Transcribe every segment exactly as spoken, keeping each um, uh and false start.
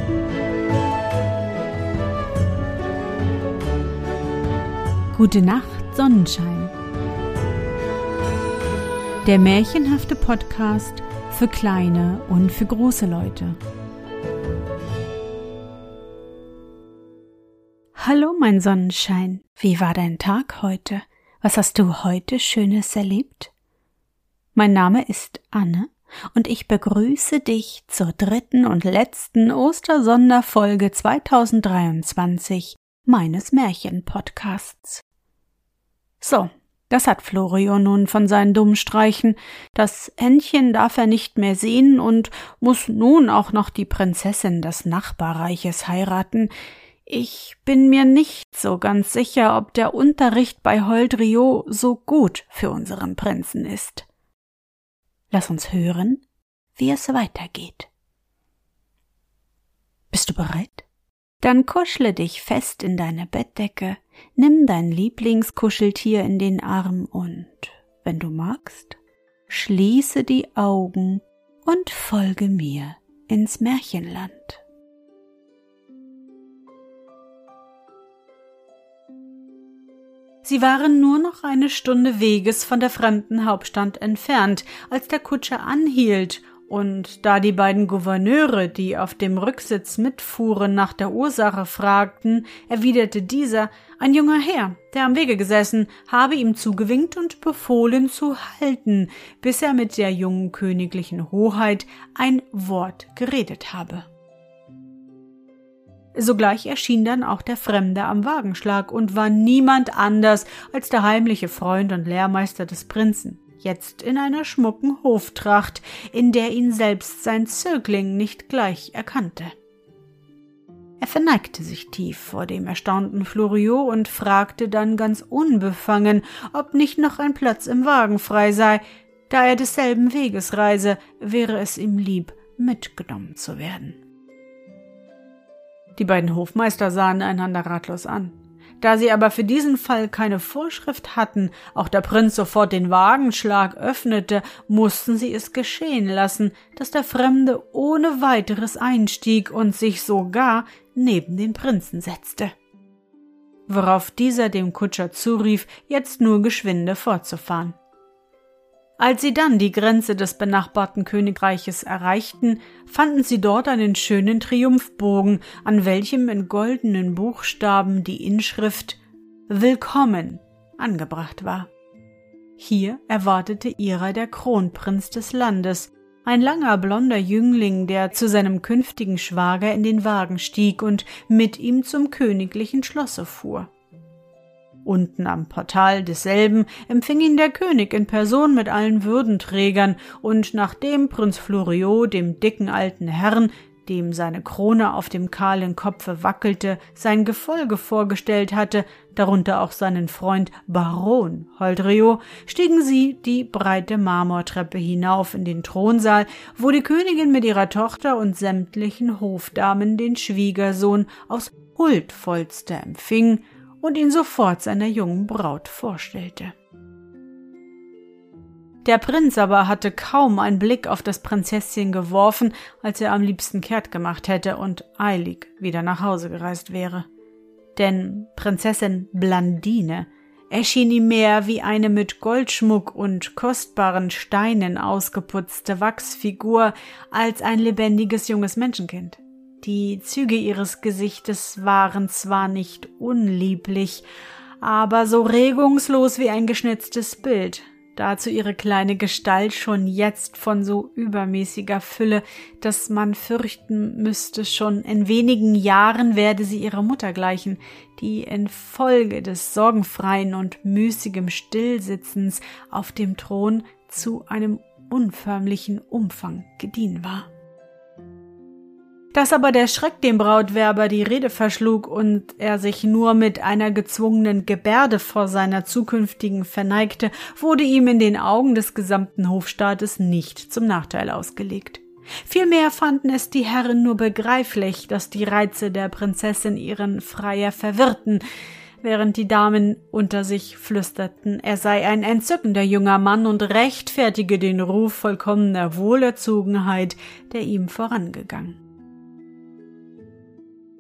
Gute Nacht, Sonnenschein. Der märchenhafte Podcast für kleine und für große Leute. Hallo, mein Sonnenschein. Wie war dein Tag heute? Was hast du heute Schönes erlebt? Mein Name ist Anne und ich begrüße dich zur dritten und letzten Ostersonderfolge zweitausenddreiundzwanzig meines Märchenpodcasts. So, das hat Florio nun von seinen dummen Streichen. Das Entchen darf er nicht mehr sehen und muss nun auch noch die Prinzessin des Nachbarreiches heiraten. Ich bin mir nicht so ganz sicher, ob der Unterricht bei Holdrio so gut für unseren Prinzen ist. Lass uns hören, wie es weitergeht. Bist du bereit? Dann kuschle dich fest in deine Bettdecke, nimm dein Lieblingskuscheltier in den Arm und, wenn du magst, schließe die Augen und folge mir ins Märchenland. Sie waren nur noch eine Stunde Weges von der fremden Hauptstadt entfernt, als der Kutscher anhielt, und da die beiden Gouverneure, die auf dem Rücksitz mitfuhren, nach der Ursache fragten, erwiderte dieser, ein junger Herr, der am Wege gesessen, habe ihm zugewinkt und befohlen zu halten, bis er mit der jungen königlichen Hoheit ein Wort geredet habe. Sogleich erschien dann auch der Fremde am Wagenschlag und war niemand anders als der heimliche Freund und Lehrmeister des Prinzen, jetzt in einer schmucken Hoftracht, in der ihn selbst sein Zögling nicht gleich erkannte. Er verneigte sich tief vor dem erstaunten Florio und fragte dann ganz unbefangen, ob nicht noch ein Platz im Wagen frei sei. Da er desselben Weges reise, wäre es ihm lieb, mitgenommen zu werden. Die beiden Hofmeister sahen einander ratlos an. Da sie aber für diesen Fall keine Vorschrift hatten, auch der Prinz sofort den Wagenschlag öffnete, mussten sie es geschehen lassen, dass der Fremde ohne weiteres einstieg und sich sogar neben den Prinzen setzte. Worauf dieser dem Kutscher zurief, jetzt nur geschwinde fortzufahren. Als sie dann die Grenze des benachbarten Königreiches erreichten, fanden sie dort einen schönen Triumphbogen, an welchem in goldenen Buchstaben die Inschrift »Willkommen« angebracht war. Hier erwartete ihrer der Kronprinz des Landes, ein langer blonder Jüngling, der zu seinem künftigen Schwager in den Wagen stieg und mit ihm zum königlichen Schlosse fuhr. Unten am Portal desselben empfing ihn der König in Person mit allen Würdenträgern, und nachdem Prinz Florio dem dicken alten Herrn, dem seine Krone auf dem kahlen Kopfe wackelte, sein Gefolge vorgestellt hatte, darunter auch seinen Freund Baron Holdrio, stiegen sie die breite Marmortreppe hinauf in den Thronsaal, wo die Königin mit ihrer Tochter und sämtlichen Hofdamen den Schwiegersohn aufs huldvollste empfing und ihn sofort seiner jungen Braut vorstellte. Der Prinz aber hatte kaum einen Blick auf das Prinzesschen geworfen, als er am liebsten kehrt gemacht hätte und eilig wieder nach Hause gereist wäre. Denn Prinzessin Blandine erschien ihm mehr wie eine mit Goldschmuck und kostbaren Steinen ausgeputzte Wachsfigur als ein lebendiges junges Menschenkind. Die Züge ihres Gesichtes waren zwar nicht unlieblich, aber so regungslos wie ein geschnitztes Bild, dazu ihre kleine Gestalt schon jetzt von so übermäßiger Fülle, dass man fürchten müsste, schon in wenigen Jahren werde sie ihrer Mutter gleichen, die infolge des sorgenfreien und müßigem Stillsitzens auf dem Thron zu einem unförmlichen Umfang gediehen war. Dass aber der Schreck dem Brautwerber die Rede verschlug und er sich nur mit einer gezwungenen Gebärde vor seiner zukünftigen verneigte, wurde ihm in den Augen des gesamten Hofstaates nicht zum Nachteil ausgelegt. Vielmehr fanden es die Herren nur begreiflich, dass die Reize der Prinzessin ihren Freier verwirrten, während die Damen unter sich flüsterten, er sei ein entzückender junger Mann und rechtfertige den Ruf vollkommener Wohlerzogenheit, der ihm vorangegangen.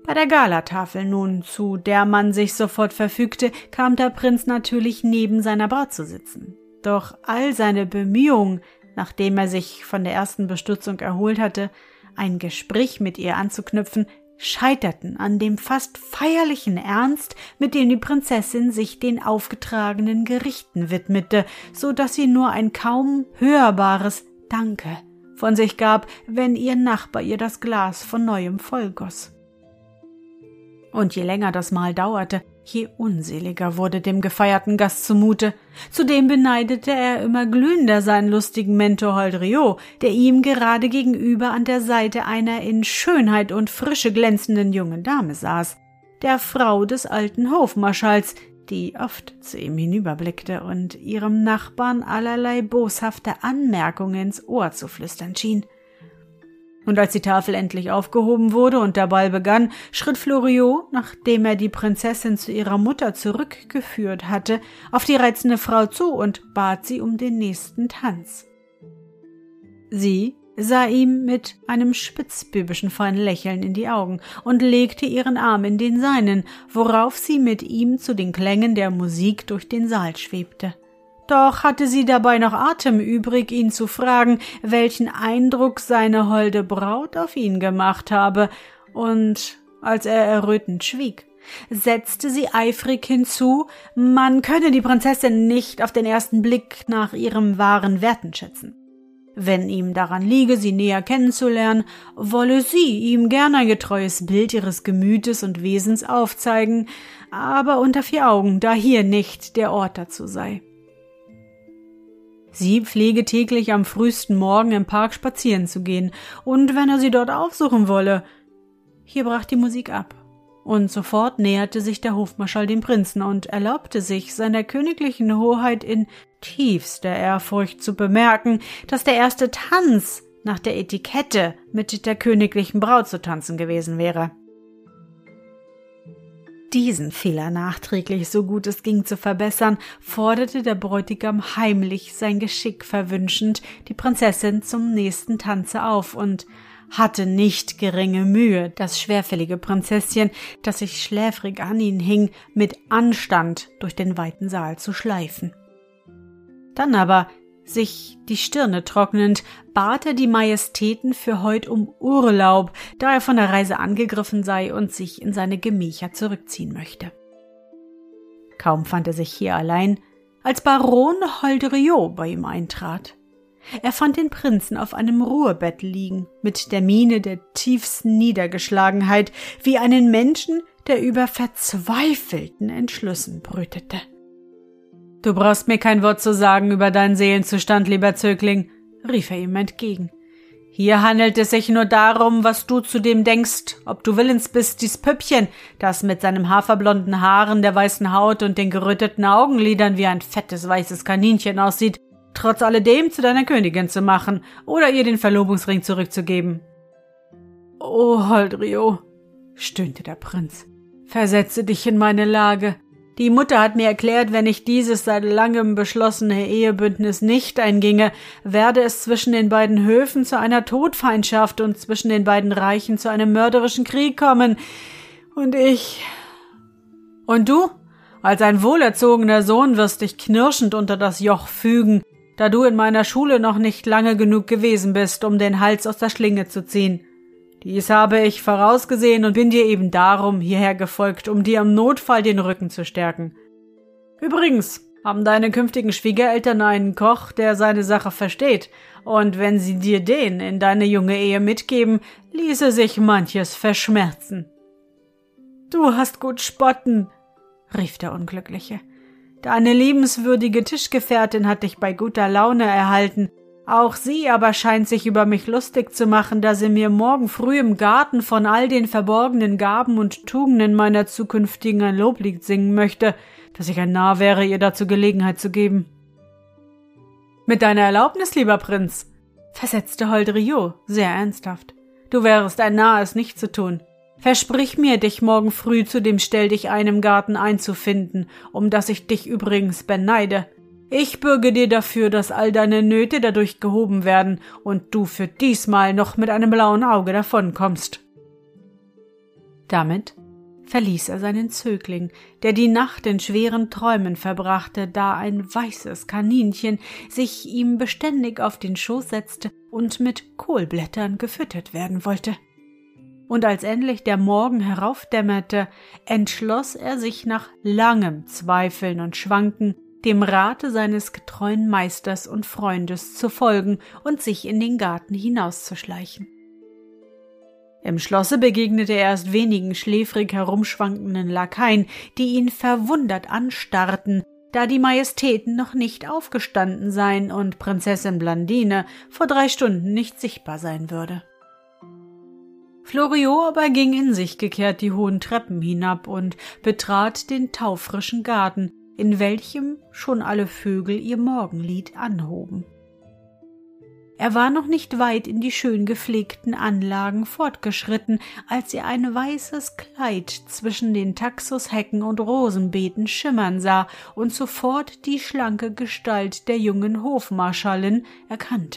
Bei der Galatafel nun, zu der man sich sofort verfügte, kam der Prinz natürlich neben seiner Braut zu sitzen. Doch all seine Bemühungen, nachdem er sich von der ersten Bestürzung erholt hatte, ein Gespräch mit ihr anzuknüpfen, scheiterten an dem fast feierlichen Ernst, mit dem die Prinzessin sich den aufgetragenen Gerichten widmete, so dass sie nur ein kaum hörbares Danke von sich gab, wenn ihr Nachbar ihr das Glas von neuem vollgoss. Und je länger das Mahl dauerte, je unseliger wurde dem gefeierten Gast zumute. Zudem beneidete er immer glühender seinen lustigen Mentor Holdriot, der ihm gerade gegenüber an der Seite einer in Schönheit und Frische glänzenden jungen Dame saß, der Frau des alten Hofmarschalls, die oft zu ihm hinüberblickte und ihrem Nachbarn allerlei boshafte Anmerkungen ins Ohr zu flüstern schien. Und als die Tafel endlich aufgehoben wurde und der Ball begann, schritt Floriot, nachdem er die Prinzessin zu ihrer Mutter zurückgeführt hatte, auf die reizende Frau zu und bat sie um den nächsten Tanz. Sie sah ihm mit einem spitzbübischen feinen Lächeln in die Augen und legte ihren Arm in den seinen, worauf sie mit ihm zu den Klängen der Musik durch den Saal schwebte. Doch hatte sie dabei noch Atem übrig, ihn zu fragen, welchen Eindruck seine holde Braut auf ihn gemacht habe, und als er errötend schwieg, setzte sie eifrig hinzu, man könne die Prinzessin nicht auf den ersten Blick nach ihrem wahren Werten schätzen. Wenn ihm daran liege, sie näher kennenzulernen, wolle sie ihm gern ein getreues Bild ihres Gemütes und Wesens aufzeigen, aber unter vier Augen, da hier nicht der Ort dazu sei. Sie pflege täglich am frühesten Morgen im Park spazieren zu gehen, und wenn er sie dort aufsuchen wolle. Hier brach die Musik ab, und sofort näherte sich der Hofmarschall dem Prinzen und erlaubte sich, seiner königlichen Hoheit in tiefster Ehrfurcht zu bemerken, dass der erste Tanz nach der Etikette mit der königlichen Braut zu tanzen gewesen wäre. Diesen Fehler nachträglich, so gut es ging, zu verbessern, forderte der Bräutigam heimlich, sein Geschick verwünschend, die Prinzessin zum nächsten Tanze auf und hatte nicht geringe Mühe, das schwerfällige Prinzesschen, das sich schläfrig an ihn hing, mit Anstand durch den weiten Saal zu schleifen. Dann aber, sich die Stirne trocknend, bat er die Majestäten für heut um Urlaub, da er von der Reise angegriffen sei und sich in seine Gemächer zurückziehen möchte. Kaum fand er sich hier allein, als Baron Holdriot bei ihm eintrat. Er fand den Prinzen auf einem Ruhebett liegen, mit der Miene der tiefsten Niedergeschlagenheit, wie einen Menschen, der über verzweifelten Entschlüssen brütete. »Du brauchst mir kein Wort zu sagen über deinen Seelenzustand, lieber Zögling«, rief er ihm entgegen. »Hier handelt es sich nur darum, was du zu dem denkst, ob du willens bist, dies Püppchen, das mit seinem haferblonden Haaren, der weißen Haut und den geröteten Augenlidern wie ein fettes weißes Kaninchen aussieht, trotz alledem zu deiner Königin zu machen oder ihr den Verlobungsring zurückzugeben.« »O Holdriot«, stöhnte der Prinz, »versetze dich in meine Lage. Die Mutter hat mir erklärt, wenn ich dieses seit langem beschlossene Ehebündnis nicht einginge, werde es zwischen den beiden Höfen zu einer Todfeindschaft und zwischen den beiden Reichen zu einem mörderischen Krieg kommen. Und ich... Und du, als ein wohlerzogener Sohn, wirst dich knirschend unter das Joch fügen, da du in meiner Schule noch nicht lange genug gewesen bist, um den Hals aus der Schlinge zu ziehen. Dies habe ich vorausgesehen und bin dir eben darum hierher gefolgt, um dir im Notfall den Rücken zu stärken. Übrigens haben deine künftigen Schwiegereltern einen Koch, der seine Sache versteht, und wenn sie dir den in deine junge Ehe mitgeben, ließe sich manches verschmerzen.« »Du hast gut spotten«, rief der Unglückliche. »Deine liebenswürdige Tischgefährtin hat dich bei guter Laune erhalten. Auch sie aber scheint sich über mich lustig zu machen, da sie mir morgen früh im Garten von all den verborgenen Gaben und Tugenden meiner zukünftigen ein Loblied singen möchte, dass ich ein Narr wäre, ihr dazu Gelegenheit zu geben.« »Mit deiner Erlaubnis, lieber Prinz«, versetzte Holdriot sehr ernsthaft, »du wärest ein Narr, es nicht zu tun. Versprich mir, dich morgen früh zu dem Stelldichein im Garten einzufinden, um das ich dich übrigens beneide. Ich bürge dir dafür, dass all deine Nöte dadurch gehoben werden und du für diesmal noch mit einem blauen Auge davonkommst.« Damit verließ er seinen Zögling, der die Nacht in schweren Träumen verbrachte, da ein weißes Kaninchen sich ihm beständig auf den Schoß setzte und mit Kohlblättern gefüttert werden wollte. Und als endlich der Morgen heraufdämmerte, entschloss er sich nach langem Zweifeln und Schwanken, dem Rate seines getreuen Meisters und Freundes zu folgen und sich in den Garten hinauszuschleichen. Im Schlosse begegnete er erst wenigen schläfrig herumschwankenden Lakaien, die ihn verwundert anstarrten, da die Majestäten noch nicht aufgestanden seien und Prinzessin Blandine vor drei Stunden nicht sichtbar sein würde. Floriot aber ging in sich gekehrt die hohen Treppen hinab und betrat den taufrischen Garten, in welchem schon alle Vögel ihr Morgenlied anhoben. Er war noch nicht weit in die schön gepflegten Anlagen fortgeschritten, als er ein weißes Kleid zwischen den Taxushecken und Rosenbeeten schimmern sah und sofort die schlanke Gestalt der jungen Hofmarschallin erkannte.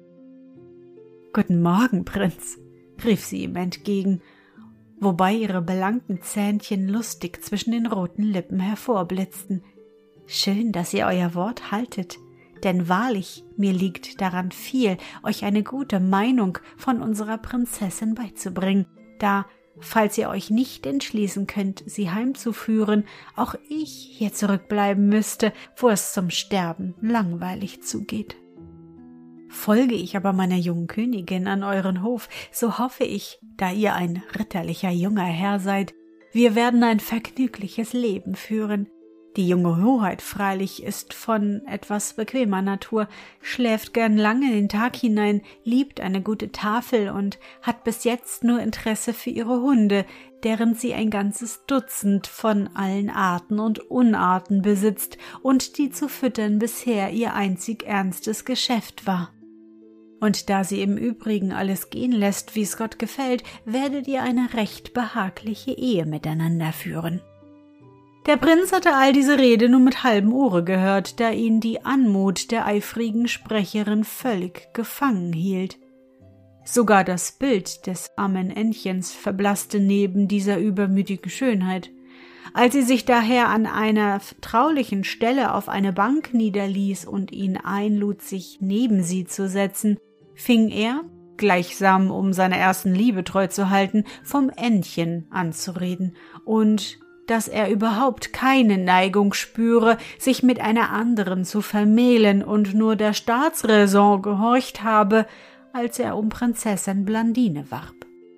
»Guten Morgen, Prinz«, rief sie ihm entgegen, wobei ihre blanken Zähnchen lustig zwischen den roten Lippen hervorblitzten. »Schön, dass ihr euer Wort haltet. Denn wahrlich, mir liegt daran viel, euch eine gute Meinung von unserer Prinzessin beizubringen, da, falls ihr euch nicht entschließen könnt, sie heimzuführen, auch ich hier zurückbleiben müsste, wo es zum Sterben langweilig zugeht. Folge ich aber meiner jungen Königin an euren Hof, so hoffe ich, da ihr ein ritterlicher junger Herr seid, wir werden ein vergnügliches Leben führen. Die junge Hoheit freilich ist von etwas bequemer Natur, schläft gern lange den Tag hinein, liebt eine gute Tafel und hat bis jetzt nur Interesse für ihre Hunde, deren sie ein ganzes Dutzend von allen Arten und Unarten besitzt und die zu füttern bisher ihr einzig ernstes Geschäft war. Und da sie im Übrigen alles gehen lässt, wie es Gott gefällt, werdet ihr eine recht behagliche Ehe miteinander führen.« Der Prinz hatte all diese Rede nur mit halbem Ohre gehört, da ihn die Anmut der eifrigen Sprecherin völlig gefangen hielt. Sogar das Bild des armen Ännchens verblasste neben dieser übermütigen Schönheit. Als sie sich daher an einer vertraulichen Stelle auf eine Bank niederließ und ihn einlud, sich neben sie zu setzen, fing er, gleichsam um seiner ersten Liebe treu zu halten, vom Ännchen anzureden und dass er überhaupt keine Neigung spüre, sich mit einer anderen zu vermählen und nur der Staatsräson gehorcht habe, als er um Prinzessin Blandine warb.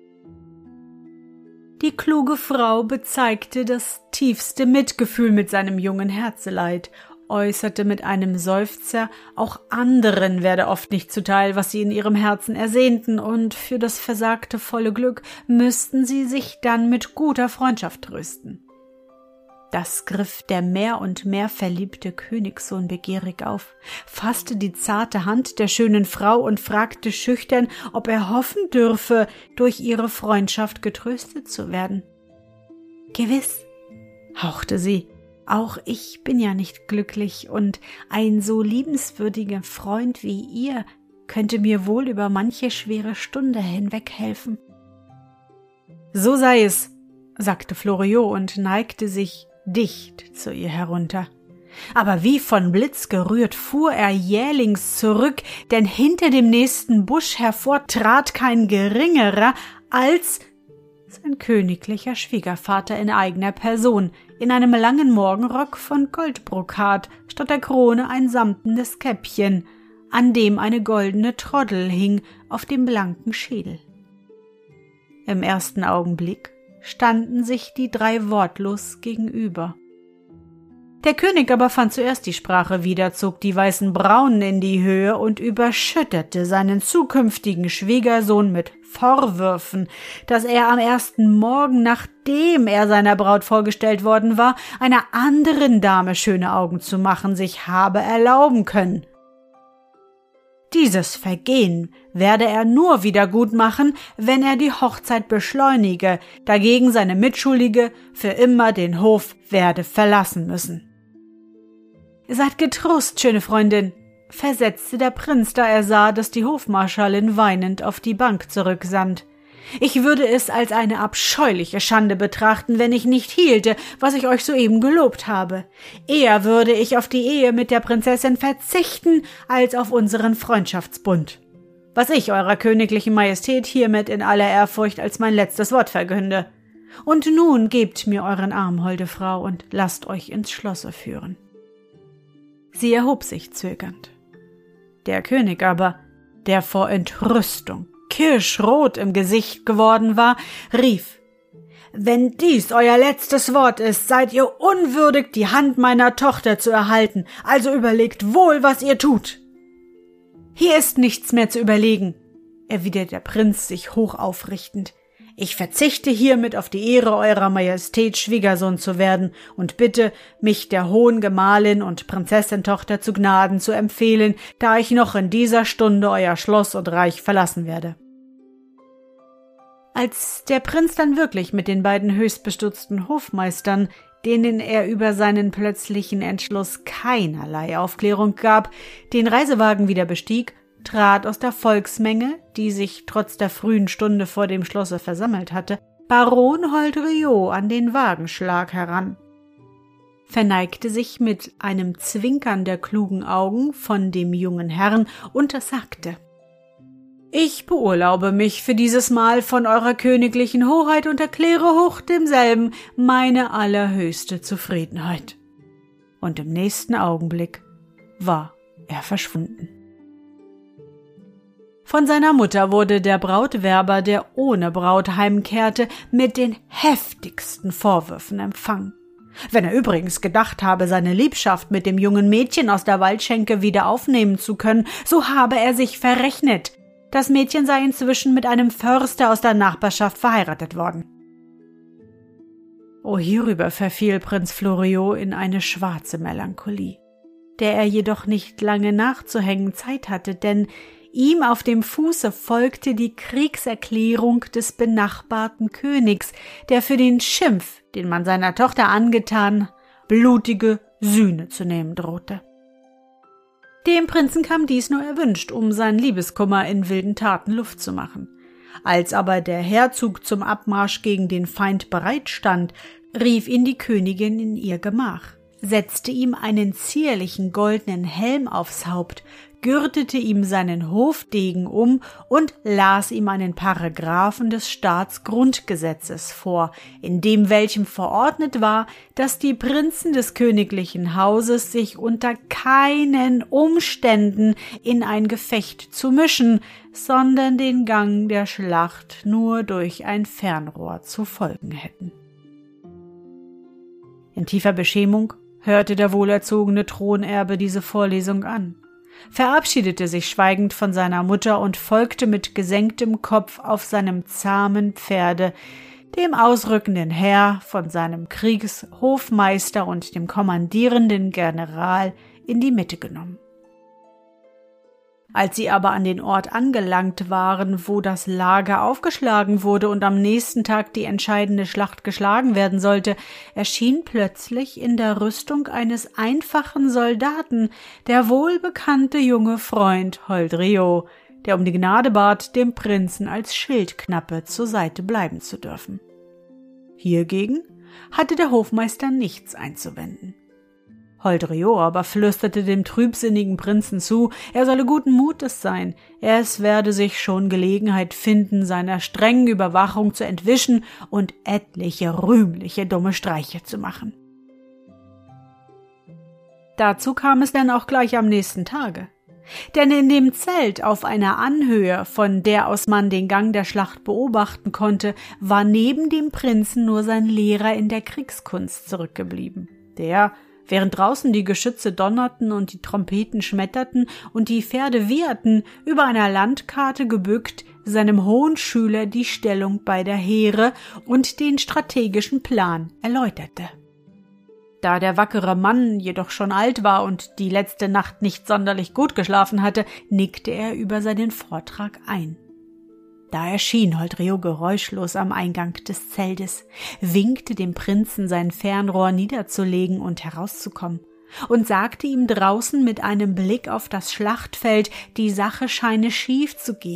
Die kluge Frau bezeigte das tiefste Mitgefühl mit seinem jungen Herzeleid, äußerte mit einem Seufzer, auch anderen werde oft nicht zuteil, was sie in ihrem Herzen ersehnten, und für das versagte volle Glück müssten sie sich dann mit guter Freundschaft trösten. Das griff der mehr und mehr verliebte Königssohn begierig auf, fasste die zarte Hand der schönen Frau und fragte schüchtern, ob er hoffen dürfe, durch ihre Freundschaft getröstet zu werden. »Gewiss«, hauchte sie, »auch ich bin ja nicht glücklich, und ein so liebenswürdiger Freund wie ihr könnte mir wohl über manche schwere Stunde hinweghelfen.« »So sei es«, sagte Floriot und neigte sich dicht zu ihr herunter. Aber wie von Blitz gerührt fuhr er jählings zurück, denn hinter dem nächsten Busch hervor trat kein geringerer als sein königlicher Schwiegervater in eigener Person, in einem langen Morgenrock von Goldbrokat, statt der Krone ein samtenes Käppchen, an dem eine goldene Troddel hing auf dem blanken Schädel. Im ersten Augenblick standen sich die drei wortlos gegenüber. Der König aber fand zuerst die Sprache wieder, zog die weißen Brauen in die Höhe und überschüttete seinen zukünftigen Schwiegersohn mit Vorwürfen, dass er am ersten Morgen, nachdem er seiner Braut vorgestellt worden war, einer anderen Dame schöne Augen zu machen, sich habe erlauben können. Dieses Vergehen werde er nur wieder gut machen, wenn er die Hochzeit beschleunige, dagegen seine Mitschuldige für immer den Hof werde verlassen müssen. »Seid getrost, schöne Freundin«, versetzte der Prinz, da er sah, dass die Hofmarschallin weinend auf die Bank zurücksank. Ich würde es als eine abscheuliche Schande betrachten, wenn ich nicht hielte, was ich euch soeben gelobt habe. Eher würde ich auf die Ehe mit der Prinzessin verzichten, als auf unseren Freundschaftsbund. Was ich eurer königlichen Majestät hiermit in aller Ehrfurcht als mein letztes Wort verkünde. Und nun gebt mir euren Arm, holde Frau, und lasst euch ins Schlosse führen. Sie erhob sich zögernd. Der König aber, der vor Entrüstung kirschrot im Gesicht geworden war, rief: »Wenn dies euer letztes Wort ist, seid ihr unwürdig, die Hand meiner Tochter zu erhalten, also überlegt wohl, was ihr tut.« »Hier ist nichts mehr zu überlegen«, erwiderte der Prinz sich hoch aufrichtend. »Ich verzichte hiermit auf die Ehre eurer Majestät, Schwiegersohn zu werden, und bitte, mich der hohen Gemahlin und Prinzessintochter zu Gnaden zu empfehlen, da ich noch in dieser Stunde euer Schloss und Reich verlassen werde.« Als der Prinz dann wirklich mit den beiden höchstbestutzten Hofmeistern, denen er über seinen plötzlichen Entschluss keinerlei Aufklärung gab, den Reisewagen wieder bestieg, trat aus der Volksmenge, die sich trotz der frühen Stunde vor dem Schlosse versammelt hatte, Baron Holdriot an den Wagenschlag heran, verneigte sich mit einem Zwinkern der klugen Augen von dem jungen Herrn und sagte: »Ich beurlaube mich für dieses Mal von eurer königlichen Hoheit und erkläre hoch demselben meine allerhöchste Zufriedenheit.« Und im nächsten Augenblick war er verschwunden. Von seiner Mutter wurde der Brautwerber, der ohne Braut heimkehrte, mit den heftigsten Vorwürfen empfangen. Wenn er übrigens gedacht habe, seine Liebschaft mit dem jungen Mädchen aus der Waldschenke wieder aufnehmen zu können, so habe er sich verrechnet. Das Mädchen sei inzwischen mit einem Förster aus der Nachbarschaft verheiratet worden. Oh, hierüber verfiel Prinz Floriot in eine schwarze Melancholie, der er jedoch nicht lange nachzuhängen Zeit hatte, denn ihm auf dem Fuße folgte die Kriegserklärung des benachbarten Königs, der für den Schimpf, den man seiner Tochter angetan, blutige Sühne zu nehmen drohte. Dem Prinzen kam dies nur erwünscht, um seinen Liebeskummer in wilden Taten Luft zu machen. Als aber der Herzog zum Abmarsch gegen den Feind bereitstand, rief ihn die Königin in ihr Gemach, setzte ihm einen zierlichen goldenen Helm aufs Haupt, gürtete ihm seinen Hofdegen um und las ihm einen Paragraphen des Staatsgrundgesetzes vor, in dem welchem verordnet war, dass die Prinzen des königlichen Hauses sich unter keinen Umständen in ein Gefecht zu mischen, sondern den Gang der Schlacht nur durch ein Fernrohr zu folgen hätten. In tiefer Beschämung hörte der wohlerzogene Thronerbe diese Vorlesung an, verabschiedete sich schweigend von seiner Mutter und folgte mit gesenktem Kopf auf seinem zahmen Pferde, dem ausrückenden Heer von seinem Kriegshofmeister und dem kommandierenden General in die Mitte genommen. Als sie aber an den Ort angelangt waren, wo das Lager aufgeschlagen wurde und am nächsten Tag die entscheidende Schlacht geschlagen werden sollte, erschien plötzlich in der Rüstung eines einfachen Soldaten der wohlbekannte junge Freund Holdriot, der um die Gnade bat, dem Prinzen als Schildknappe zur Seite bleiben zu dürfen. Hiergegen hatte der Hofmeister nichts einzuwenden. Holdriot aber flüsterte dem trübsinnigen Prinzen zu, er solle guten Mutes sein, es werde sich schon Gelegenheit finden, seiner strengen Überwachung zu entwischen und etliche rühmliche dumme Streiche zu machen. Dazu kam es dann auch gleich am nächsten Tage. Denn in dem Zelt auf einer Anhöhe, von der aus man den Gang der Schlacht beobachten konnte, war neben dem Prinzen nur sein Lehrer in der Kriegskunst zurückgeblieben, der, während draußen die Geschütze donnerten und die Trompeten schmetterten und die Pferde wieherten, über einer Landkarte gebückt, seinem hohen Schüler die Stellung beider Heere und den strategischen Plan erläuterte. Da der wackere Mann jedoch schon alt war und die letzte Nacht nicht sonderlich gut geschlafen hatte, nickte er über seinen Vortrag ein. Da erschien Holdriot geräuschlos am Eingang des Zeltes, winkte dem Prinzen, sein Fernrohr niederzulegen und herauszukommen, und sagte ihm draußen mit einem Blick auf das Schlachtfeld, die Sache scheine schief zu gehen,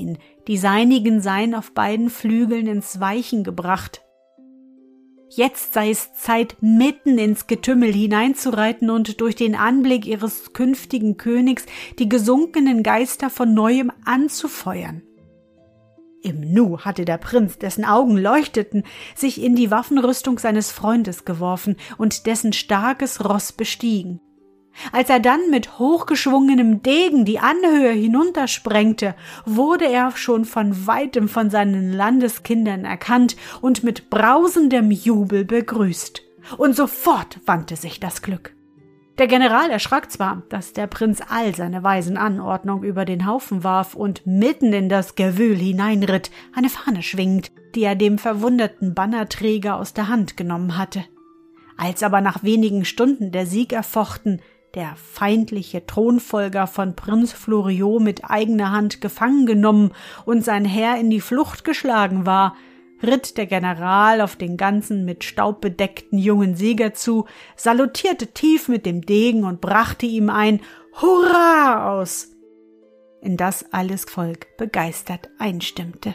die seinigen seien auf beiden Flügeln ins Weichen gebracht. Jetzt sei es Zeit, mitten ins Getümmel hineinzureiten und durch den Anblick ihres künftigen Königs die gesunkenen Geister von neuem anzufeuern. Im Nu hatte der Prinz, dessen Augen leuchteten, sich in die Waffenrüstung seines Freundes geworfen und dessen starkes Ross bestiegen. Als er dann mit hochgeschwungenem Degen die Anhöhe hinuntersprengte, wurde er schon von weitem von seinen Landeskindern erkannt und mit brausendem Jubel begrüßt. Und sofort wandte sich das Glück. Der General erschrak zwar, dass der Prinz all seine weisen Anordnung über den Haufen warf und mitten in das Gewühl hineinritt, eine Fahne schwingend, die er dem verwunderten Bannerträger aus der Hand genommen hatte. Als aber nach wenigen Stunden der Sieg erfochten, der feindliche Thronfolger von Prinz Floriot mit eigener Hand gefangen genommen und sein Heer in die Flucht geschlagen war, ritt der General auf den ganzen mit Staub bedeckten jungen Sieger zu, salutierte tief mit dem Degen und brachte ihm ein Hurra aus, in das alles Volk begeistert einstimmte.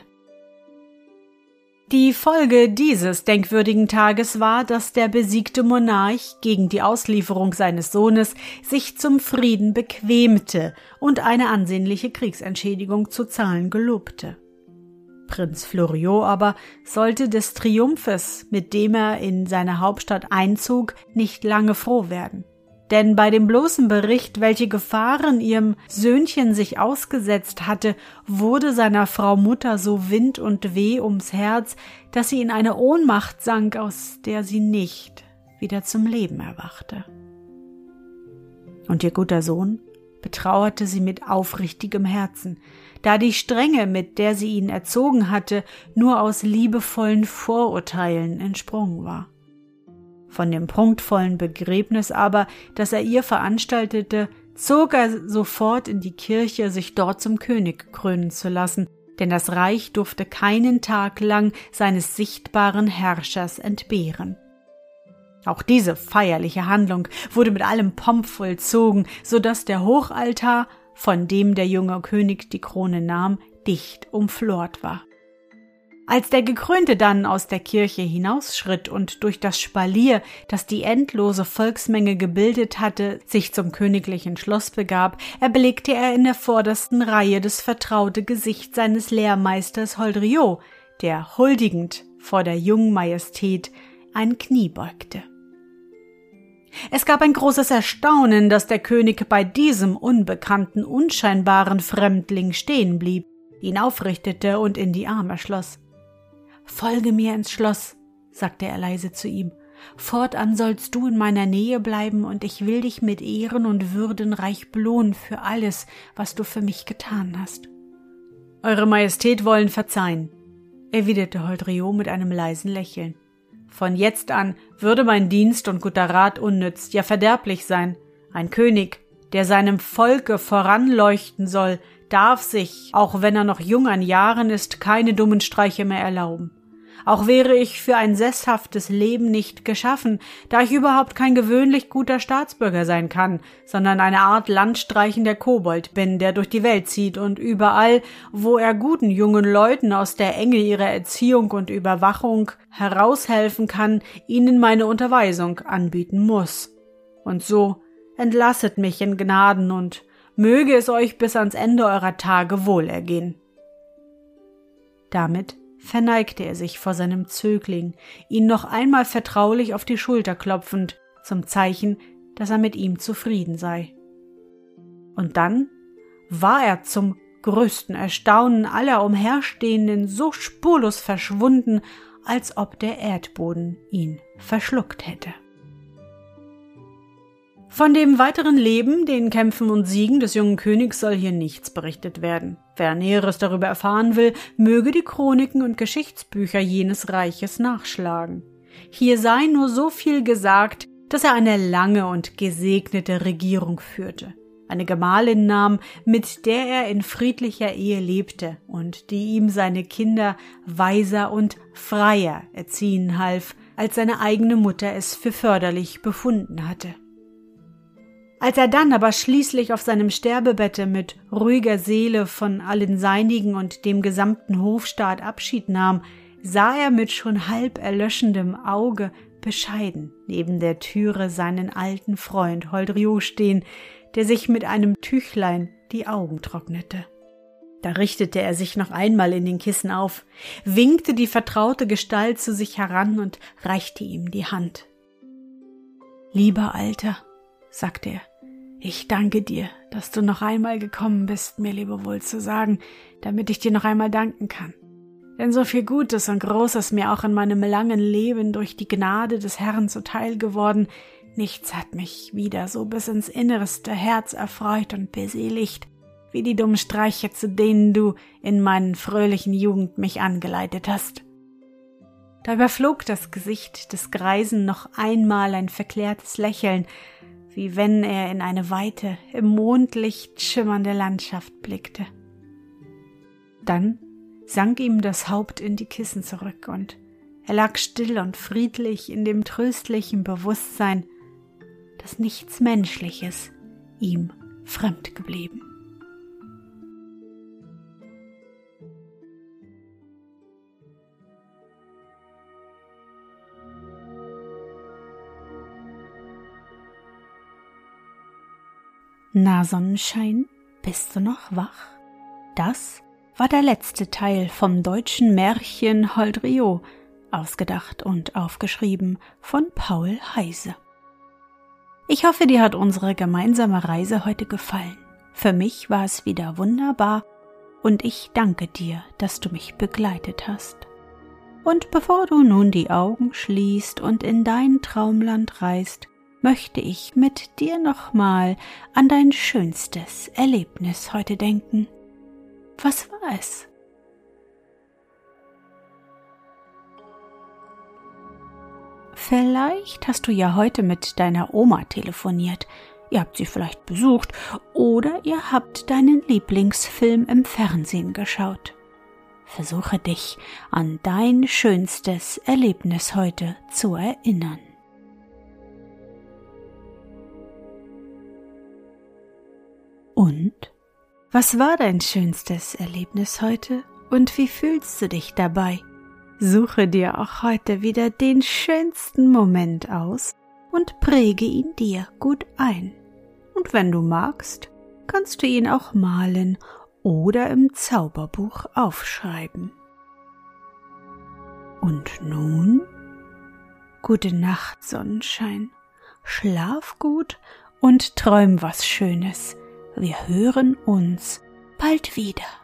Die Folge dieses denkwürdigen Tages war, dass der besiegte Monarch gegen die Auslieferung seines Sohnes sich zum Frieden bequemte und eine ansehnliche Kriegsentschädigung zu zahlen gelobte. Prinz Floriot aber sollte des Triumphes, mit dem er in seine Hauptstadt einzog, nicht lange froh werden. Denn bei dem bloßen Bericht, welche Gefahren ihrem Söhnchen sich ausgesetzt hatte, wurde seiner Frau Mutter so Wind und Weh ums Herz, dass sie in eine Ohnmacht sank, aus der sie nicht wieder zum Leben erwachte. Und ihr guter Sohn betrauerte sie mit aufrichtigem Herzen, da die Strenge, mit der sie ihn erzogen hatte, nur aus liebevollen Vorurteilen entsprungen war. Von dem prunkvollen Begräbnis aber, das er ihr veranstaltete, zog er sofort in die Kirche, sich dort zum König krönen zu lassen, denn das Reich durfte keinen Tag lang seines sichtbaren Herrschers entbehren. Auch diese feierliche Handlung wurde mit allem Pomp vollzogen, so dass der Hochaltar, von dem der junge König die Krone nahm, dicht umflort war. Als der Gekrönte dann aus der Kirche hinausschritt und durch das Spalier, das die endlose Volksmenge gebildet hatte, sich zum königlichen Schloss begab, erblickte er in der vordersten Reihe das vertraute Gesicht seines Lehrmeisters Holdriot, der huldigend vor der jungen Majestät ein Knie beugte. Es gab ein großes Erstaunen, dass der König bei diesem unbekannten, unscheinbaren Fremdling stehen blieb, ihn aufrichtete und in die Arme schloss. »Folge mir ins Schloss«, sagte er leise zu ihm. »Fortan sollst du in meiner Nähe bleiben, und ich will dich mit Ehren und Würden reich belohnen für alles, was du für mich getan hast.« »Eure Majestät wollen verzeihen«, erwiderte Holdriot mit einem leisen Lächeln. »Von jetzt an würde mein Dienst und guter Rat unnütz, ja verderblich sein. Ein König, der seinem Volke voranleuchten soll, darf sich, auch wenn er noch jung an Jahren ist, keine dummen Streiche mehr erlauben. Auch wäre ich für ein sesshaftes Leben nicht geschaffen, da ich überhaupt kein gewöhnlich guter Staatsbürger sein kann, sondern eine Art landstreichender Kobold bin, der durch die Welt zieht und überall, wo er guten jungen Leuten aus der Enge ihrer Erziehung und Überwachung heraushelfen kann, ihnen meine Unterweisung anbieten muss. Und so entlasset mich in Gnaden und möge es euch bis ans Ende eurer Tage wohlergehen.« Damit verneigte er sich vor seinem Zögling, ihn noch einmal vertraulich auf die Schulter klopfend, zum Zeichen, dass er mit ihm zufrieden sei. Und dann war er zum größten Erstaunen aller Umherstehenden so spurlos verschwunden, als ob der Erdboden ihn verschluckt hätte. Von dem weiteren Leben, den Kämpfen und Siegen des jungen Königs soll hier nichts berichtet werden. Wer Näheres darüber erfahren will, möge die Chroniken und Geschichtsbücher jenes Reiches nachschlagen. Hier sei nur so viel gesagt, dass er eine lange und gesegnete Regierung führte, eine Gemahlin nahm, mit der er in friedlicher Ehe lebte und die ihm seine Kinder weiser und freier erziehen half, als seine eigene Mutter es für förderlich befunden hatte. Als er dann aber schließlich auf seinem Sterbebette mit ruhiger Seele von allen Seinigen und dem gesamten Hofstaat Abschied nahm, sah er mit schon halb erlöschendem Auge bescheiden neben der Türe seinen alten Freund Holdrioux stehen, der sich mit einem Tüchlein die Augen trocknete. Da richtete er sich noch einmal in den Kissen auf, winkte die vertraute Gestalt zu sich heran und reichte ihm die Hand. »Lieber Alter«, sagte er, »ich danke dir, dass du noch einmal gekommen bist, mir Lebewohl zu sagen, damit ich dir noch einmal danken kann. Denn so viel Gutes und Großes mir auch in meinem langen Leben durch die Gnade des Herrn zuteil geworden, nichts hat mich wieder so bis ins innerste Herz erfreut und beseligt, wie die dummen Streiche, zu denen du in meinen fröhlichen Jugend mich angeleitet hast.« Da überflog das Gesicht des Greisen noch einmal ein verklärtes Lächeln, wie wenn er in eine weite, im Mondlicht schimmernde Landschaft blickte. Dann sank ihm das Haupt in die Kissen zurück und er lag still und friedlich in dem tröstlichen Bewusstsein, dass nichts Menschliches ihm fremd geblieben. Na Sonnenschein, bist du noch wach? Das war der letzte Teil vom deutschen Märchen Holdrioux, ausgedacht und aufgeschrieben von Paul Heise. Ich hoffe, dir hat unsere gemeinsame Reise heute gefallen. Für mich war es wieder wunderbar und ich danke dir, dass du mich begleitet hast. Und bevor du nun die Augen schließt und in dein Traumland reist, möchte ich mit dir nochmal an dein schönstes Erlebnis heute denken. Was war es? Vielleicht hast du ja heute mit deiner Oma telefoniert, ihr habt sie vielleicht besucht oder ihr habt deinen Lieblingsfilm im Fernsehen geschaut. Versuche dich an dein schönstes Erlebnis heute zu erinnern. Und? Was war dein schönstes Erlebnis heute und wie fühlst du dich dabei? Suche dir auch heute wieder den schönsten Moment aus und präge ihn dir gut ein. Und wenn du magst, kannst du ihn auch malen oder im Zauberbuch aufschreiben. Und nun? Gute Nacht, Sonnenschein. Schlaf gut und träum was Schönes. Wir hören uns bald wieder.